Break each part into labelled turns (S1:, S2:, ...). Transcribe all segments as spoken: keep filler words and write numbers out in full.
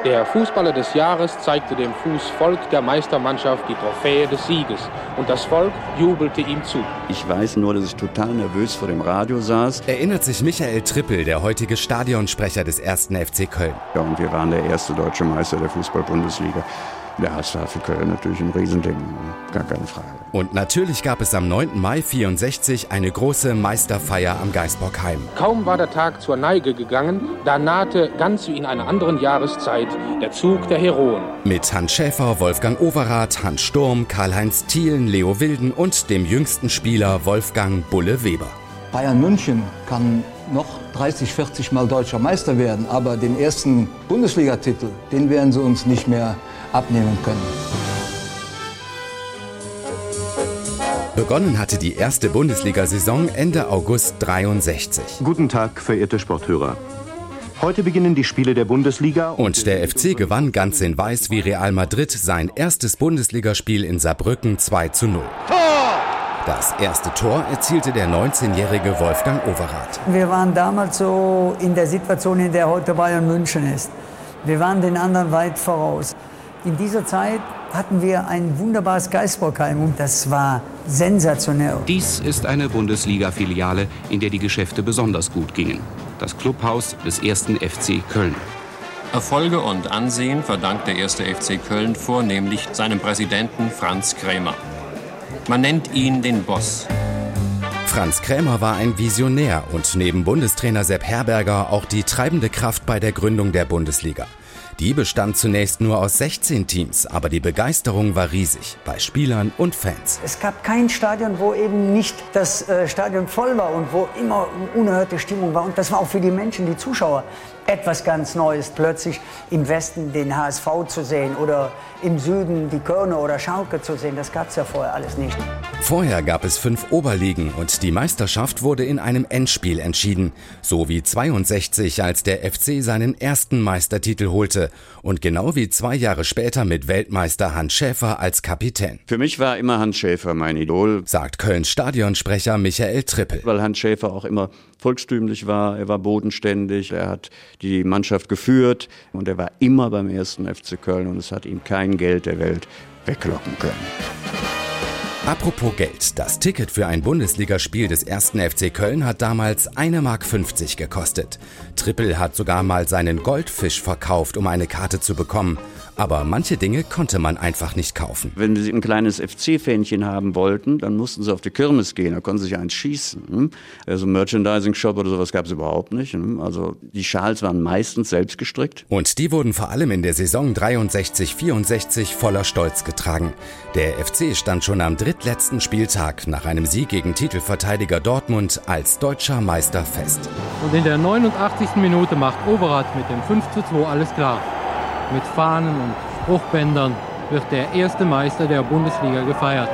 S1: Der Fußballer des Jahres zeigte dem Fußvolk der Meistermannschaft die Trophäe des Sieges und das Volk jubelte ihm zu.
S2: Ich weiß nur, dass ich total nervös vor dem Radio saß.
S3: Erinnert sich Michael Trippel, der heutige Stadionsprecher des ersten F C Köln.
S2: Ja, und wir waren der erste deutsche Meister der Fußball-Bundesliga. Der H S V für Köln natürlich ein Riesending, gar keine Frage.
S3: Und natürlich gab es am neunten Mai vierundsechzig eine große Meisterfeier am Geisbockheim.
S1: Kaum war der Tag zur Neige gegangen, da nahte, ganz wie in einer anderen Jahreszeit, der Zug der Heroen.
S3: Mit Hans Schäfer, Wolfgang Overath, Hans Sturm, Karl-Heinz Thielen, Leo Wilden und dem jüngsten Spieler Wolfgang Bulle Weber.
S4: Bayern München kann noch dreißig, vierzig Mal deutscher Meister werden, aber den ersten Bundesligatitel, den werden sie uns nicht mehr abnehmen können.
S3: Begonnen hatte die erste Bundesliga-Saison Ende August dreiundsechzig.
S5: Guten Tag, verehrte Sporthörer. Heute beginnen die Spiele der Bundesliga.
S3: Und der F C gewann ganz in Weiß wie Real Madrid sein erstes Bundesligaspiel in Saarbrücken zwei zu null. Tor! Das erste Tor erzielte der neunzehnjährige Wolfgang Overath.
S6: Wir waren damals so in der Situation, in der heute Bayern München ist. Wir waren den anderen weit voraus. In dieser Zeit hatten wir ein wunderbares Geisbockheim und das war sensationell.
S7: Dies ist eine Bundesliga-Filiale, in der die Geschäfte besonders gut gingen. Das Clubhaus des ersten F C Köln.
S8: Erfolge und Ansehen verdankt der erste F C Köln vornehmlich seinem Präsidenten Franz Krämer. Man nennt ihn den Boss.
S3: Franz Krämer war ein Visionär und neben Bundestrainer Sepp Herberger auch die treibende Kraft bei der Gründung der Bundesliga. Die bestand zunächst nur aus sechzehn Teams, aber die Begeisterung war riesig bei Spielern und Fans.
S6: Es gab kein Stadion, wo eben nicht das äh, Stadion voll war und wo immer eine unerhörte Stimmung war. Und das war auch für die Menschen, die Zuschauer, etwas ganz Neues, plötzlich im Westen den H S V zu sehen oder im Süden die Kölner oder Schalke zu sehen. Das gab es ja vorher alles nicht.
S3: Vorher gab es fünf Oberligen und die Meisterschaft wurde in einem Endspiel entschieden. So wie zweiundsechzig, als der F C seinen ersten Meistertitel holte. Und genau wie zwei Jahre später mit Weltmeister Hans Schäfer als Kapitän.
S2: Für mich war immer Hans Schäfer mein Idol,
S3: sagt Kölns Stadionsprecher Michael Trippel.
S2: Weil Hans Schäfer auch immer volkstümlich war, er war bodenständig, er hat die Mannschaft geführt und er war immer beim ersten F C Köln und es hat ihm kein Geld der Welt weglocken können.
S3: Apropos Geld, das Ticket für ein Bundesligaspiel des ersten F C Köln hat damals eine Mark fünfzig gekostet. Trippel hat sogar mal seinen Goldfisch verkauft, um eine Karte zu bekommen. Aber manche Dinge konnte man einfach nicht kaufen.
S2: Wenn sie ein kleines F C-Fähnchen haben wollten, dann mussten sie auf die Kirmes gehen, da konnten sie sich eins schießen. Also Merchandising-Shop oder sowas gab es überhaupt nicht. Also die Schals waren meistens selbst gestrickt.
S3: Und die wurden vor allem in der Saison dreiundsechzig vierundsechzig voller Stolz getragen. Der F C stand schon am drittletzten Spieltag nach einem Sieg gegen Titelverteidiger Dortmund als deutscher Meister fest.
S9: Und in der neunundachtzigsten Minute macht Overath mit dem fünf zu zwei alles klar. Mit Fahnen und Spruchbändern wird der erste Meister der Bundesliga gefeiert.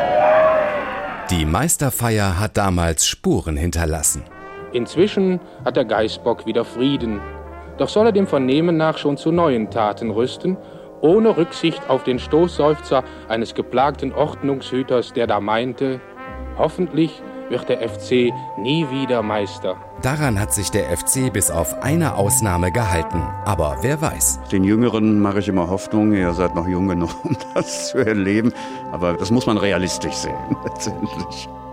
S3: Die Meisterfeier hat damals Spuren hinterlassen.
S1: Inzwischen hat der Geißbock wieder Frieden. Doch soll er dem Vernehmen nach schon zu neuen Taten rüsten, ohne Rücksicht auf den Stoßseufzer eines geplagten Ordnungshüters, der da meinte, hoffentlich wird der F C nie wieder Meister.
S3: Daran hat sich der F C bis auf eine Ausnahme gehalten. Aber wer weiß.
S2: Den Jüngeren mache ich immer Hoffnung, ihr seid noch jung genug, um das zu erleben. Aber das muss man realistisch sehen, letztendlich.